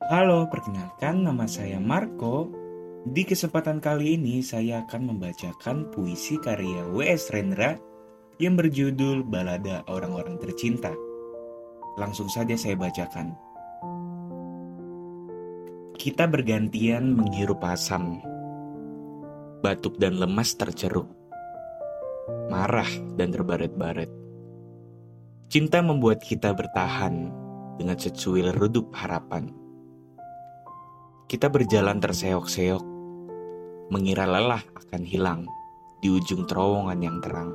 Halo, perkenalkan nama saya Marco. Di kesempatan kali ini saya akan membacakan puisi karya W.S. Rendra yang berjudul Balada Orang-Orang Tercinta. Langsung saja saya bacakan. Kita bergantian menghirup asam, batuk dan lemas terceruk, marah dan terbaret-baret. Cinta membuat kita bertahan dengan secuil redup harapan. Kita berjalan terseok-seok, mengira lelah akan hilang di ujung terowongan yang terang.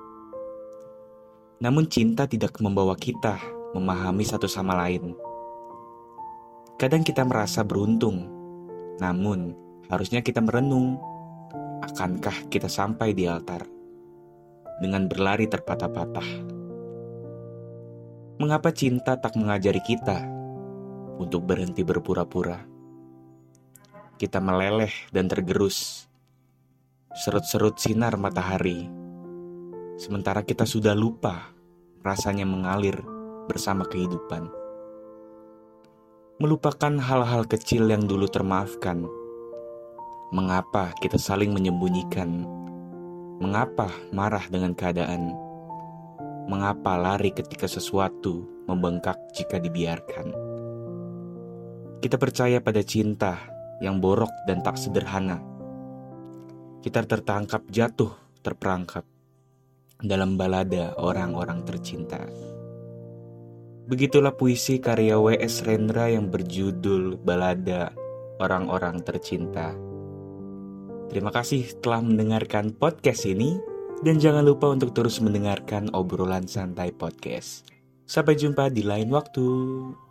Namun cinta tidak membawa kita memahami satu sama lain. Kadang kita merasa beruntung, namun harusnya kita merenung. Akankah kita sampai di altar dengan berlari terpatah-patah? Mengapa cinta tak mengajari kita untuk berhenti berpura-pura? Kita meleleh dan tergerus, serut-serut sinar matahari, sementara kita sudah lupa rasanya mengalir bersama kehidupan. Melupakan hal-hal kecil yang dulu termaafkan. Mengapa kita saling menyembunyikan? Mengapa marah dengan keadaan? Mengapa lari ketika sesuatu membengkak jika dibiarkan? Kita percaya pada cinta yang borok dan tak sederhana. Kita tertangkap jatuh terperangkap dalam balada orang-orang tercinta. Begitulah puisi karya W.S. Rendra yang berjudul Balada Orang-Orang Tercinta. Terima kasih telah mendengarkan podcast ini, dan jangan lupa untuk terus mendengarkan obrolan santai podcast. Sampai jumpa di lain waktu.